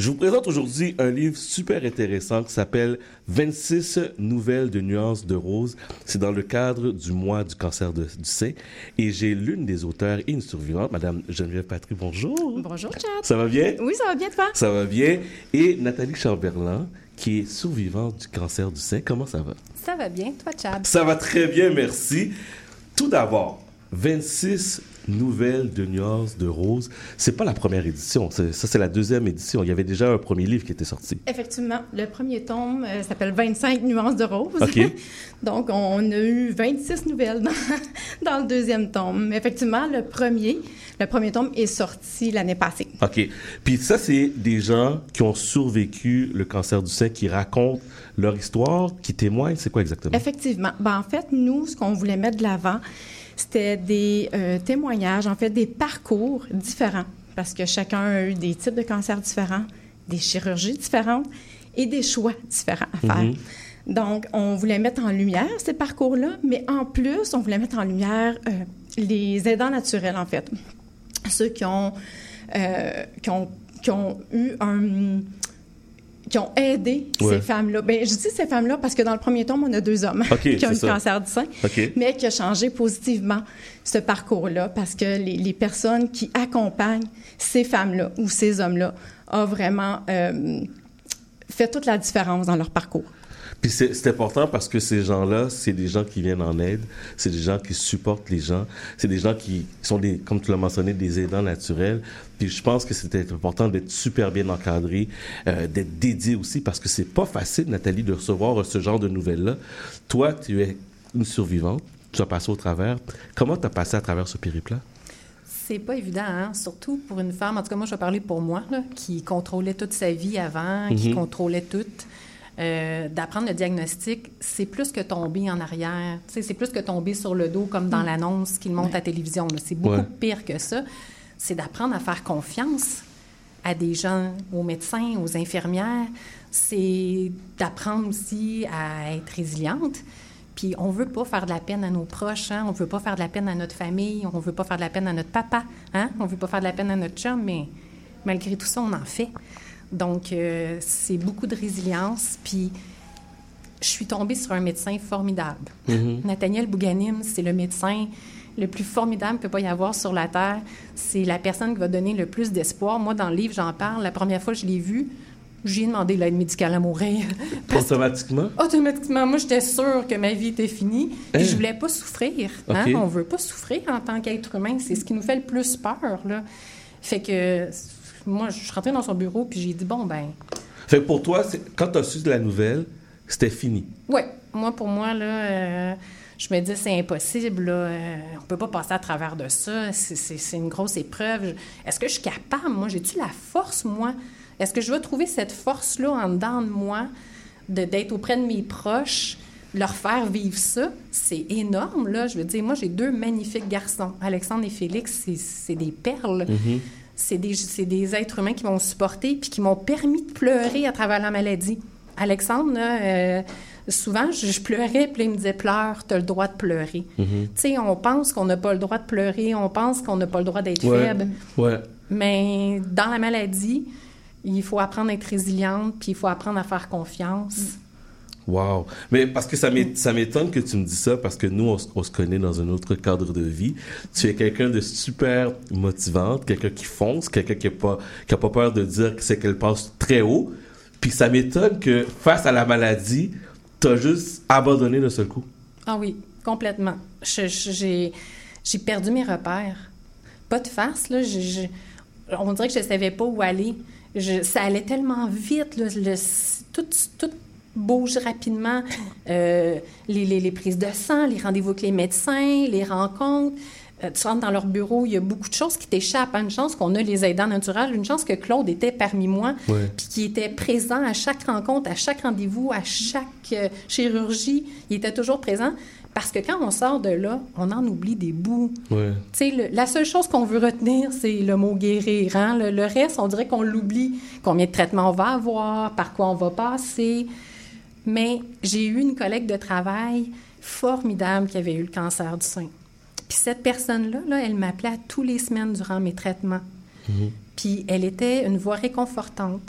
Je vous présente aujourd'hui un livre super intéressant qui s'appelle 26 nouvelles de nuances de rose. C'est dans le cadre du mois du cancer du sein. Et j'ai l'une des auteurs et une survivante, Madame Geneviève Patry. Bonjour. Bonjour, Chad. Ça va bien? Oui, ça va bien, toi? Ça va bien. Et Nathalie Chamberlain, qui est survivante du cancer du sein. Comment ça va? Ça va bien, toi, Chad? Ça va très bien, merci. Tout d'abord, 26 nouvelles de nuances de rose. C'est pas la première édition, c'est la deuxième édition. Il y avait déjà un premier livre qui était sorti. Effectivement, le premier tome s'appelle 25 nuances de rose. OK. Donc, on a eu 26 nouvelles dans le deuxième tome. Mais effectivement, le premier tome est sorti l'année passée. OK. Puis ça, c'est des gens qui ont survécu le cancer du sein, qui racontent leur histoire, qui témoignent. C'est quoi exactement? Effectivement. Ben, en fait, nous, ce qu'on voulait mettre de l'avant, c'était des témoignages, en fait, des parcours différents, parce que chacun a eu des types de cancers différents, des chirurgies différentes et des choix différents à faire. Mm-hmm. Donc, on voulait mettre en lumière ces parcours-là, mais en plus, on voulait mettre en lumière les aidants naturels, en fait. Ceux qui ont aidé ces femmes-là. Bien, je dis ces femmes-là parce que dans le premier tome, on a 2 hommes qui ont eu le cancer du sein, mais qui a changé positivement ce parcours-là parce que les personnes qui accompagnent ces femmes-là ou ces hommes-là ont vraiment fait toute la différence dans leur parcours. Puis c'est important parce que ces gens-là, c'est des gens qui viennent en aide, c'est des gens qui supportent les gens, c'est des gens qui sont comme tu l'as mentionné, des aidants naturels. Puis je pense que c'était important d'être super bien encadré, d'être dédié aussi, parce que c'est pas facile, Nathalie, de recevoir ce genre de nouvelles-là. Toi, tu es une survivante, tu as passé au travers. Comment tu as passé à travers ce périple-là? C'est pas évident, hein? Surtout pour une femme, en tout cas moi je vais parler pour moi, là, qui contrôlait toute sa vie avant, qui contrôlait tout. D'apprendre le diagnostic, c'est plus que tomber en arrière. Tu sais, c'est plus que tomber sur le dos comme dans l'annonce qu'ils montent à la télévision. Là. C'est beaucoup pire que ça. C'est d'apprendre à faire confiance à des gens, aux médecins, aux infirmières. C'est d'apprendre aussi à être résiliente. Puis on veut pas faire de la peine à nos proches, hein? On veut pas faire de la peine à notre famille, on veut pas faire de la peine à notre papa, hein? On veut pas faire de la peine à notre chum, mais malgré tout ça, on en fait. Donc, c'est beaucoup de résilience. Puis, je suis tombée sur un médecin formidable. Nathaniel Bouganim, c'est le médecin le plus formidable qu'il ne peut pas y avoir sur la Terre. C'est la personne qui va donner le plus d'espoir. Moi, dans le livre, j'en parle. La première fois que je l'ai vu, j'ai demandé l'aide médicale à mourir. Automatiquement? Automatiquement. Moi, j'étais sûre que ma vie était finie. Puis, je voulais pas souffrir. Hein? On veut pas souffrir en tant qu'être humain. C'est ce qui nous fait le plus peur, là. Fait que... Moi, je suis rentrée dans son bureau, puis j'ai dit, bon, ben... Fait que pour toi, quand tu as su de la nouvelle, c'était fini? Oui. Pour moi, là, je me dis, c'est impossible, là. On peut pas passer à travers de ça. C'est une grosse épreuve. Est-ce que je suis capable? Moi, j'ai-tu la force, moi? Est-ce que je vais trouver cette force-là en dedans de moi d'être auprès de mes proches, leur faire vivre ça? C'est énorme, là. Je veux dire, moi, j'ai 2 magnifiques garçons. Alexandre et Félix, c'est des perles. C'est des êtres humains qui m'ont supporté puis qui m'ont permis de pleurer à travers la maladie. Alexandre, là, souvent, je pleurais, puis il me disait « Pleure, tu as le droit de pleurer. Tu sais, on pense qu'on n'a pas le droit de pleurer, on pense qu'on n'a pas le droit d'être faible. Mais dans la maladie, il faut apprendre à être résiliente, puis il faut apprendre à faire confiance. Wow! Mais parce que ça m'étonne que tu me dis ça, parce que nous, on se connaît dans un autre cadre de vie. Tu es quelqu'un de super motivante, quelqu'un qui fonce, quelqu'un qui a pas peur de dire que c'est qu'elle passe très haut. Puis ça m'étonne que, face à la maladie, tu as juste abandonné d'un seul coup. Ah oui, complètement. J'ai perdu mes repères. Pas de face, là. On dirait que je ne savais pas où aller. Ça allait tellement vite, là. Tout bouge rapidement, les prises de sang, les rendez-vous avec les médecins, les rencontres. Tu rentres dans leur bureau, il y a beaucoup de choses qui t'échappent. Une chance qu'on a les aidants naturels, une chance que Claude était parmi moi, puis qu'il était présent à chaque rencontre, à chaque rendez-vous, à chaque chirurgie. Il était toujours présent. Parce que quand on sort de là, on en oublie des bouts. Tu sais, la seule chose qu'on veut retenir, c'est le mot guérir. Hein? Le reste, on dirait qu'on l'oublie. Combien de traitements on va avoir, par quoi on va passer. Mais j'ai eu une collègue de travail formidable qui avait eu le cancer du sein. Puis cette personne-là, là, elle m'appelait toutes les semaines durant mes traitements. Puis elle était une voix réconfortante.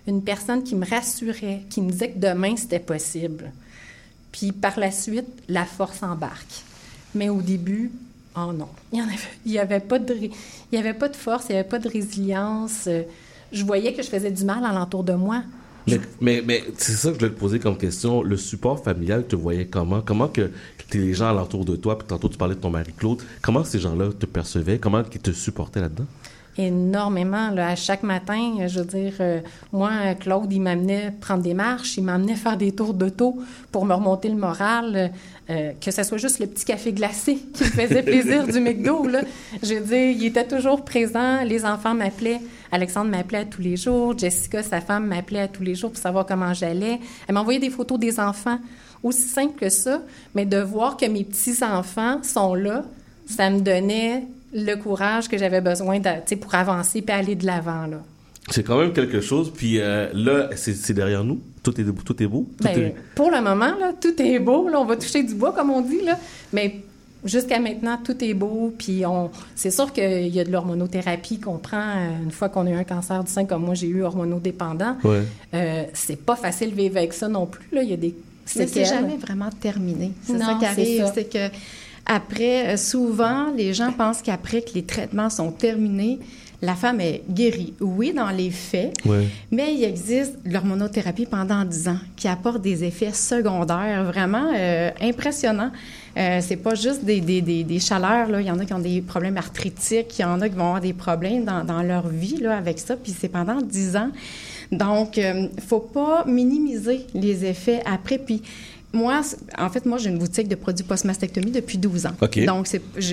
une personne qui me rassurait, qui me disait que demain, c'était possible. Puis par la suite, la force embarque. Mais au début, oh non, il y avait pas de force, il n'y avait pas de résilience. Je voyais que je faisais du mal alentour de moi. Mais c'est ça que je voulais te poser comme question. Le support familial, tu voyais comment? Comment que les gens alentour de toi, puis tantôt tu parlais de ton mari Claude, comment ces gens-là te percevaient? Comment ils te supportaient là-dedans? Énormément. Là, à chaque matin, je veux dire, moi, Claude, il m'amenait prendre des marches, il m'amenait faire des tours d'auto pour me remonter le moral, que ce soit juste le petit café glacé qui me faisait plaisir du McDo, là. Je veux dire, il était toujours présent. Les enfants m'appelaient. Alexandre m'appelait à tous les jours. Jessica, sa femme, m'appelait à tous les jours pour savoir comment j'allais. Elle m'envoyait des photos des enfants. Aussi simple que ça, mais de voir que mes petits-enfants sont là, ça me donnait le courage que j'avais besoin pour avancer et aller de l'avant, là. C'est quand même quelque chose. Puis là, c'est derrière nous. Tout est beau. Pour le moment, là, tout est beau. Là, on va toucher du bois, comme on dit, là. Mais jusqu'à maintenant, tout est beau. Puis c'est sûr qu'il y a de l'hormonothérapie qu'on prend une fois qu'on a eu un cancer du sein, comme moi, j'ai eu hormonodépendant. Ouais. C'est pas facile de vivre avec ça non plus, là. Il y a des séquelles. Mais c'est jamais vraiment terminé. C'est ça qui arrive. C'est que après, souvent, les gens pensent qu'après que les traitements sont terminés, la femme est guérie. Oui, dans les faits, mais il existe l'hormonothérapie pendant 10 ans qui apporte des effets secondaires vraiment impressionnants. C'est pas juste des chaleurs, là. Il y en a qui ont des problèmes arthritiques, il y en a qui vont avoir des problèmes dans leur vie là, avec ça, puis c'est pendant 10 ans. Donc, faut pas minimiser les effets après, puis moi, j'ai une boutique de produits post-mastectomie depuis 12 ans. Okay. Donc,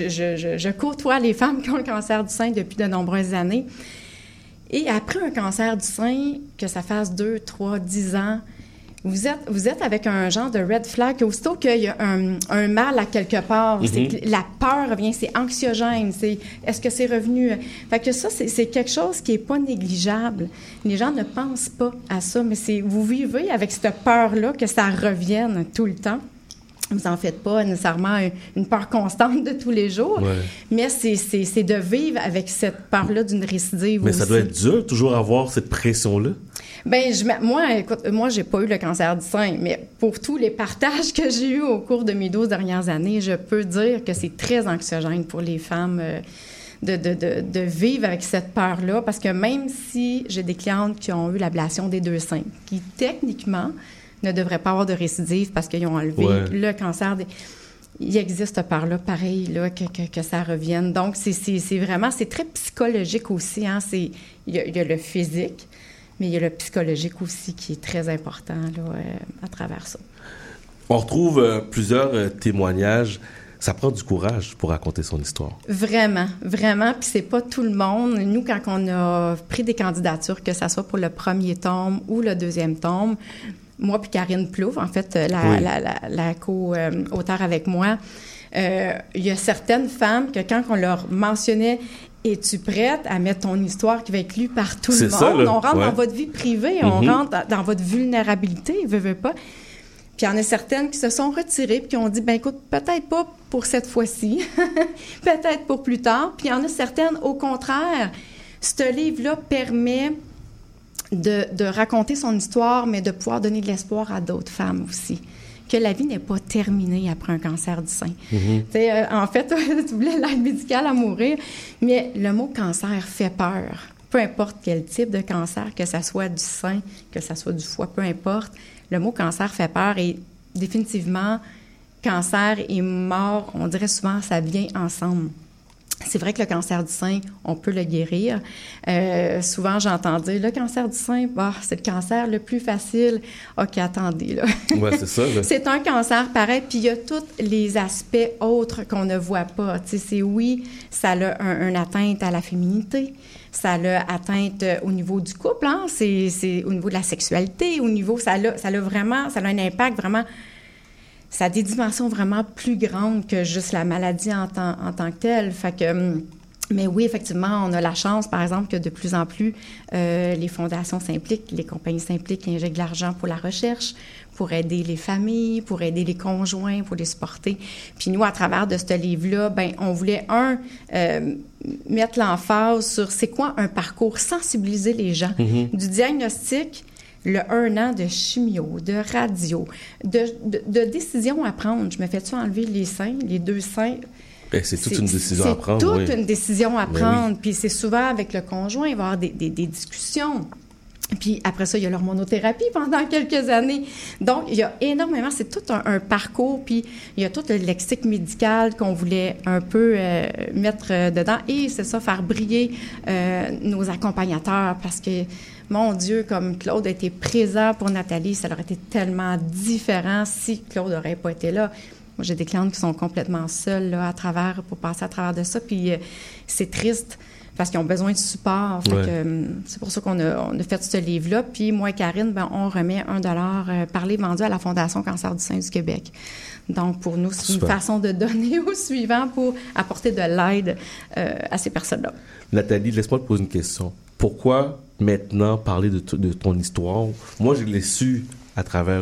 je côtoie les femmes qui ont le cancer du sein depuis de nombreuses années. Et après un cancer du sein, que ça fasse 2, 3, 10 ans, vous êtes avec un genre de red flag. Aussitôt qu'il y a un mal à quelque part, la peur revient, c'est anxiogène, est-ce que c'est revenu? Fait que ça, c'est quelque chose qui n'est pas négligeable. Les gens ne pensent pas à ça, mais vous vivez avec cette peur-là que ça revienne tout le temps. Vous n'en faites pas nécessairement une peur constante de tous les jours, mais c'est de vivre avec cette peur-là d'une récidive mais aussi. Ça doit être dur, toujours avoir cette pression-là. Bien, moi, j'ai pas eu le cancer du sein, mais pour tous les partages que j'ai eus au cours de mes 12 dernières années, je peux dire que c'est très anxiogène pour les femmes de vivre avec cette peur-là, parce que même si j'ai des clientes qui ont eu l'ablation des 2 seins, qui techniquement ne devraient pas avoir de récidive parce qu'ils ont enlevé le cancer il existe par là, pareil, là, que ça revienne. Donc, c'est vraiment, c'est très psychologique aussi, hein. Il y a le physique, mais il y a le psychologique aussi qui est très important là, à travers ça. On retrouve plusieurs témoignages. Ça prend du courage pour raconter son histoire. Vraiment, vraiment. Puis c'est pas tout le monde. Nous, quand on a pris des candidatures, que ça soit pour le premier tome ou le deuxième tome, moi puis Karine Plouffe, en fait, la co-auteure avec moi, il y a certaines femmes que quand on leur mentionnait « Es-tu prête à mettre ton histoire qui va être lue par tout le monde? » Ça, on rentre dans votre vie privée, on rentre dans votre vulnérabilité, veut pas. Puis il y en a certaines qui se sont retirées puis qui ont dit, ben écoute, peut-être pas pour cette fois-ci, peut-être pour plus tard. Puis il y en a certaines, au contraire, ce livre-là permet de raconter son histoire, mais de pouvoir donner de l'espoir à d'autres femmes aussi. Que la vie n'est pas terminée après un cancer du sein. En fait, tu voulais l'aide médicale à mourir, mais le mot cancer fait peur. Peu importe quel type de cancer, que ça soit du sein, que ça soit du foie, peu importe, le mot cancer fait peur et définitivement, cancer et mort, on dirait souvent, ça vient ensemble. C'est vrai que le cancer du sein, on peut le guérir. Souvent, j'entends dire, le cancer du sein, c'est le cancer le plus facile. OK, attendez, là. Ouais, c'est ça, là. C'est un cancer pareil, puis il y a tous les aspects autres qu'on ne voit pas. Tu sais, ça a une atteinte à la féminité, ça a atteinte au niveau du couple, hein? C'est au niveau de la sexualité, au niveau, ça a un impact vraiment. Ça a des dimensions vraiment plus grandes que juste la maladie en tant que telle. Fait que, mais oui, effectivement, on a la chance, par exemple, que de plus en plus, les fondations s'impliquent, les compagnies s'impliquent, qui injectent de l'argent pour la recherche, pour aider les familles, pour aider les conjoints, pour les supporter. Puis nous, à travers de ce livre-là, on voulait, mettre l'emphase sur c'est quoi un parcours, sensibiliser les gens du diagnostic le 1 an de chimio, de radio, de décisions à prendre. Je me fais-tu enlever les seins, les 2 seins? Bien, c'est toute une décision à prendre. C'est toute une décision à prendre. Puis c'est souvent avec le conjoint, il va y avoir des discussions. Puis après ça, il y a l'hormonothérapie pendant quelques années. Donc, il y a énormément, c'est tout un parcours, puis il y a tout le lexique médical qu'on voulait un peu mettre dedans. Et c'est ça, faire briller nos accompagnateurs, parce que, mon Dieu, comme Claude a été présent pour Nathalie, ça aurait été tellement différent si Claude n'aurait pas été là. Moi, j'ai des clientes qui sont complètement seules là, pour passer à travers de ça, puis c'est triste. Parce qu'ils ont besoin de support. C'est pour ça qu'on a fait ce livre-là. Puis moi et Karine, on remet $1 par livre vendu à la Fondation Cancer du sein du Québec. Donc, pour nous, c'est une façon de donner au suivant pour apporter de l'aide à ces personnes-là. Nathalie, laisse-moi te poser une question. Pourquoi maintenant parler de ton histoire? Moi, je l'ai su à travers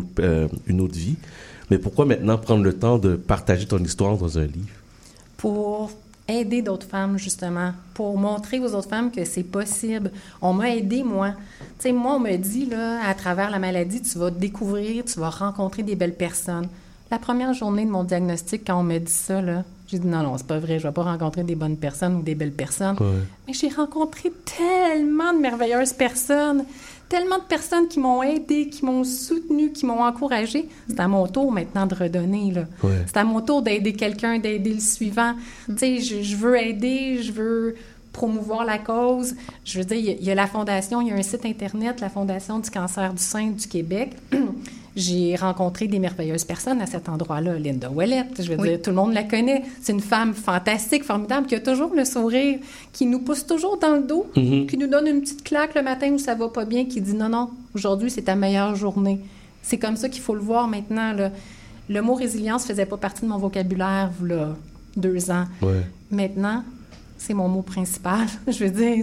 une autre vie. Mais pourquoi maintenant prendre le temps de partager ton histoire dans un livre? Pour aider d'autres femmes, justement, pour montrer aux autres femmes que c'est possible. On m'a aidé, moi. Tu sais, moi, on me dit, là, à travers la maladie, tu vas découvrir, tu vas rencontrer des belles personnes. La première journée de mon diagnostic, quand on m'a dit ça, là, j'ai dit non, c'est pas vrai, je vais pas rencontrer des bonnes personnes ou des belles personnes. Ouais. Mais j'ai rencontré tellement de merveilleuses personnes, tellement de personnes qui m'ont aidée, qui m'ont soutenue, qui m'ont encouragée. C'est à mon tour maintenant de redonner, là. Ouais. C'est à mon tour d'aider quelqu'un, d'aider le suivant. Tu sais, je veux aider, je veux promouvoir la cause. Je veux dire, il y a la Fondation, il y a un site Internet, la Fondation du cancer du sein du Québec. J'ai rencontré des merveilleuses personnes à cet endroit-là. Linda Ouellette, je veux dire, tout le monde la connaît. C'est une femme fantastique, formidable, qui a toujours le sourire, qui nous pousse toujours dans le dos, qui nous donne une petite claque le matin où ça va pas bien, qui dit non, aujourd'hui, c'est ta meilleure journée. C'est comme ça qu'il faut le voir maintenant, là. Le mot résilience faisait pas partie de mon vocabulaire, là, 2 ans. Ouais. Maintenant, c'est mon mot principal. Je veux dire,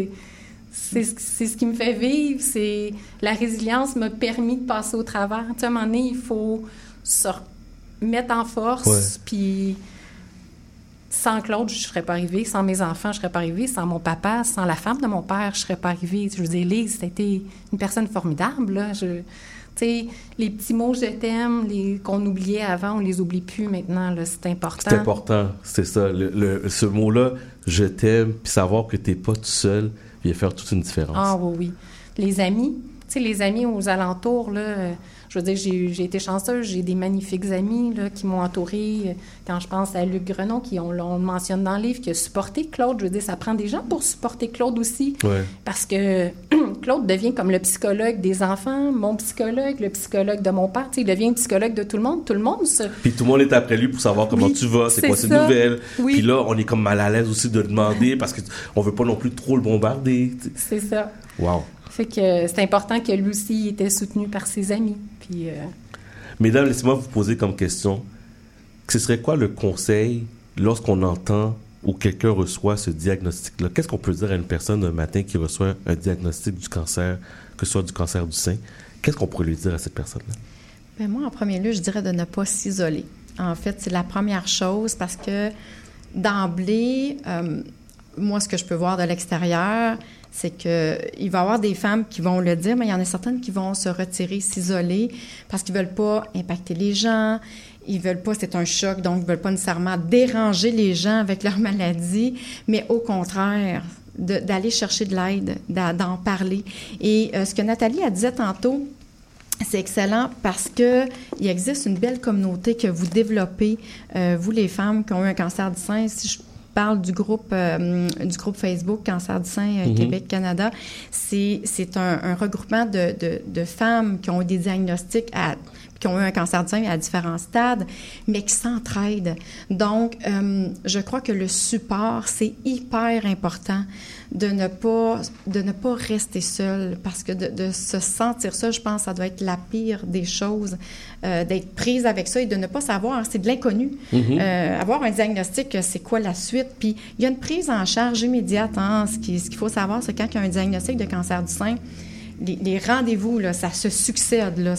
c'est ce qui me fait vivre. La résilience m'a permis de passer au travers. Tu sais, à un moment donné, il faut se mettre en force. Puis sans Claude, je ne serais pas arrivée. Sans mes enfants, je ne serais pas arrivée. Sans mon papa, sans la femme de mon père, je ne serais pas arrivée. Je veux dire, Lise, c'était une personne formidable, là. Tu sais, les petits mots « je t'aime » qu'on oubliait avant, on les oublie plus maintenant, là, c'est important. C'est important, c'est ça. Ce mot-là, « je t'aime », puis savoir que tu n'es pas tout seul, il va faire toute une différence. Ah oui. Les amis, tu sais, les amis aux alentours, là, je veux dire, j'ai été chanceuse, j'ai des magnifiques amis là, qui m'ont entourée. Quand je pense à Luc Grenon, on le mentionne dans le livre, qui a supporté Claude, je veux dire, ça prend des gens pour supporter Claude aussi. Ouais. Parce que Claude devient comme le psychologue des enfants, mon psychologue, le psychologe de mon père. Tu sais, il devient le psychologue de tout le monde. Tout le monde se... Puis tout le monde est après lui pour savoir comment tu vas, c'est quoi ces nouvelles. Oui. Puis là, on est comme mal à l'aise aussi de demander parce qu'on veut pas non plus trop le bombarder. C'est ça. Wow. Fait que c'est important que lui aussi était soutenu par ses amis. Puis, Mesdames, laissez-moi vous poser comme question, ce serait quoi le conseil lorsqu'on entend ou quelqu'un reçoit ce diagnostic-là? Qu'est-ce qu'on peut dire à une personne un matin qui reçoit un diagnostic du cancer, que ce soit du cancer du sein? Qu'est-ce qu'on pourrait lui dire à cette personne-là? Bien, moi, en premier lieu, je dirais de ne pas s'isoler. En fait, c'est la première chose parce que d'emblée, moi, ce que je peux voir de l'extérieur, c'est qu'il va y avoir des femmes qui vont le dire, mais il y en a certaines qui vont se retirer, s'isoler, parce qu'ils ne veulent pas impacter les gens, ils veulent pas, c'est un choc, donc ils ne veulent pas nécessairement déranger les gens avec leur maladie, mais au contraire, d'aller chercher de l'aide, d'en parler. Et ce que Nathalie a dit tantôt, c'est excellent parce qu'il existe une belle communauté que vous développez, vous les femmes qui ont eu un cancer du sein. Si je parle du groupe Facebook Cancer du sein Québec-Canada. C'est un regroupement de femmes qui ont eu des diagnostics qui ont eu un cancer du sein à différents stades, mais qui s'entraident. Donc, je crois que le support, c'est hyper important de ne pas rester seul, parce que de se sentir seul, je pense que ça doit être la pire des choses, d'être prise avec ça et de ne pas savoir, c'est de l'inconnu. Avoir un diagnostic, c'est quoi la suite? Puis, il y a une prise en charge immédiate. Hein? Ce qu'il faut savoir, c'est quand il y a un diagnostic de cancer du sein, les rendez-vous, là, ça se succède. Là,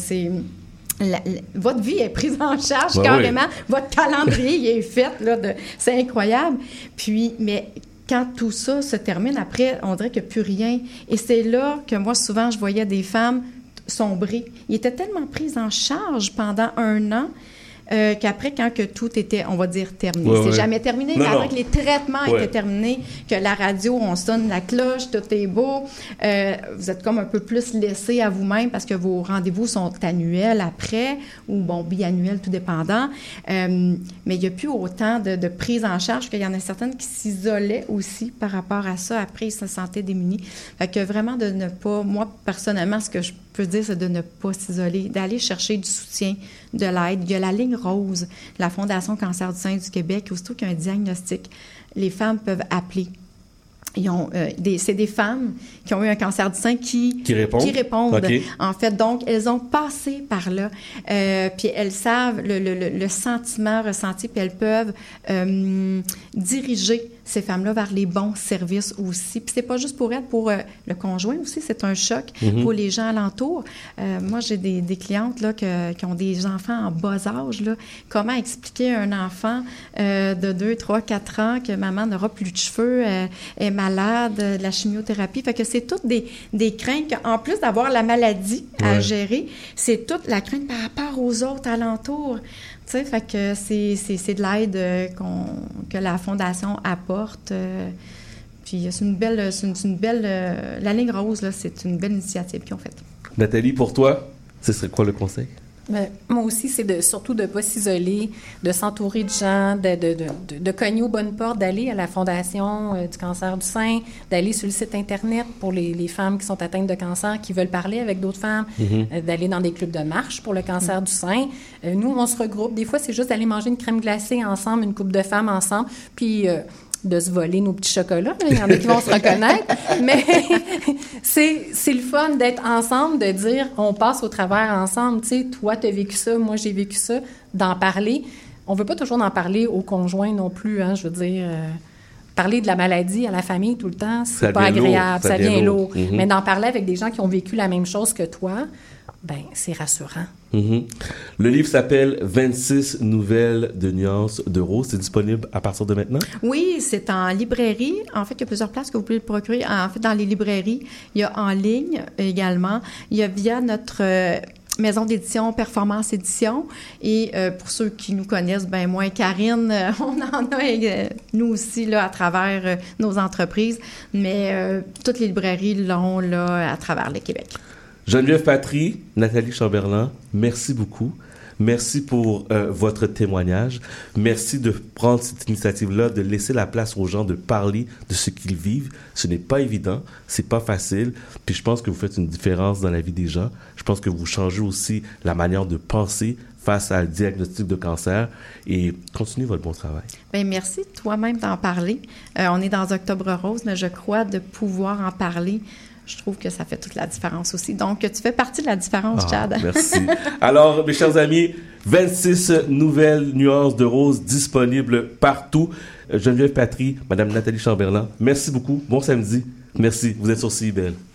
votre vie est prise en charge carrément. Oui. Votre calendrier il est fait. Là, c'est incroyable. Puis, mais quand tout ça se termine, après, on dirait qu'il n'y a plus rien. Et c'est là que moi, souvent, je voyais des femmes sombrer. Ils étaient tellement prises en charge pendant 1 an qu'après, quand que tout était, on va dire, terminé. C'est jamais terminé, mais après que les traitements étaient terminés, que la radio, on sonne la cloche, tout est beau, vous êtes comme un peu plus laissé à vous-même parce que vos rendez-vous sont annuels après ou, bon, biannuels, tout dépendant. Mais il n'y a plus autant de prise en charge qu'il y en a certaines qui s'isolaient aussi par rapport à ça. Après, ils se sentaient démunis. Fait que vraiment de ne pas, moi, personnellement, ce que je peux dire, c'est de ne pas s'isoler, d'aller chercher du soutien, de l'aide. Il y a la ligne rose, la Fondation Cancer du sein du Québec, aussitôt qu'il y a un diagnostic, les femmes peuvent appeler. C'est des femmes qui ont eu un cancer du sein qui répondent. Okay. En fait, donc, elles ont passé par là, puis elles savent le sentiment ressenti, puis elles peuvent diriger ces femmes-là vers les bons services aussi. Puis c'est pas juste pour elles, pour le conjoint aussi, c'est un choc pour les gens alentours. Moi, j'ai des clientes là, qui ont des enfants en bas âge. Là. Comment expliquer à un enfant de 2, 3, 4 ans que maman n'aura plus de cheveux, est malade, de la chimiothérapie? Fait que c'est toutes des craintes. En plus d'avoir la maladie à gérer, c'est toute la crainte par rapport aux autres alentours. Tu sais, fait que c'est de l'aide que la Fondation apporte. Puis c'est une belle... la ligne rose, là, c'est une belle initiative qu'ils ont faite. Nathalie, pour toi, ce serait quoi le conseil? Bien, moi aussi, c'est surtout de ne pas s'isoler, de s'entourer de gens, de cogner aux bonnes portes, d'aller à la Fondation du cancer du sein, d'aller sur le site Internet pour les femmes qui sont atteintes de cancer, qui veulent parler avec d'autres femmes, d'aller dans des clubs de marche pour le cancer du sein. Nous, on se regroupe. Des fois, c'est juste d'aller manger une crème glacée ensemble, une couple de femmes ensemble, puis... de se voler nos petits chocolats. Il y en a qui vont se reconnaître. Mais c'est le fun d'être ensemble, de dire on passe au travers ensemble. Tu sais, toi, tu as vécu ça, moi, j'ai vécu ça. D'en parler. On ne veut pas toujours en parler au conjoint non plus. Hein, je veux dire, parler de la maladie à la famille tout le temps, c'est pas agréable. Ça devient lourd. Mais d'en parler avec des gens qui ont vécu la même chose que toi, ben c'est rassurant. Le livre s'appelle 26 nouvelles de nuances de rose. C'est disponible à partir de maintenant? Oui, c'est en librairie. En fait, il y a plusieurs places que vous pouvez le procurer. En fait, dans les librairies, il y a en ligne également. Il y a via notre maison d'édition Performance Édition. Et pour ceux qui nous connaissent, ben moi et Karine, on en a nous aussi là à travers nos entreprises. Mais toutes les librairies l'ont là à travers le Québec. Geneviève Patry, Nathalie Chamberlain, merci beaucoup. Merci pour votre témoignage. Merci de prendre cette initiative-là, de laisser la place aux gens de parler de ce qu'ils vivent. Ce n'est pas évident, c'est pas facile. Puis je pense que vous faites une différence dans la vie des gens. Je pense que vous changez aussi la manière de penser face à un diagnostic de cancer et continuez votre bon travail. Bien, merci toi-même d'en parler. On est dans Octobre Rose, mais je crois de pouvoir en parler. Je trouve que ça fait toute la différence aussi. Donc, tu fais partie de la différence, Chad. Merci. Alors, mes chers amis, 26 nouvelles nuances de rose disponibles partout. Geneviève Patry, Madame Nathalie Chamberlain, merci beaucoup. Bon samedi. Merci. Vous êtes sur CIBL.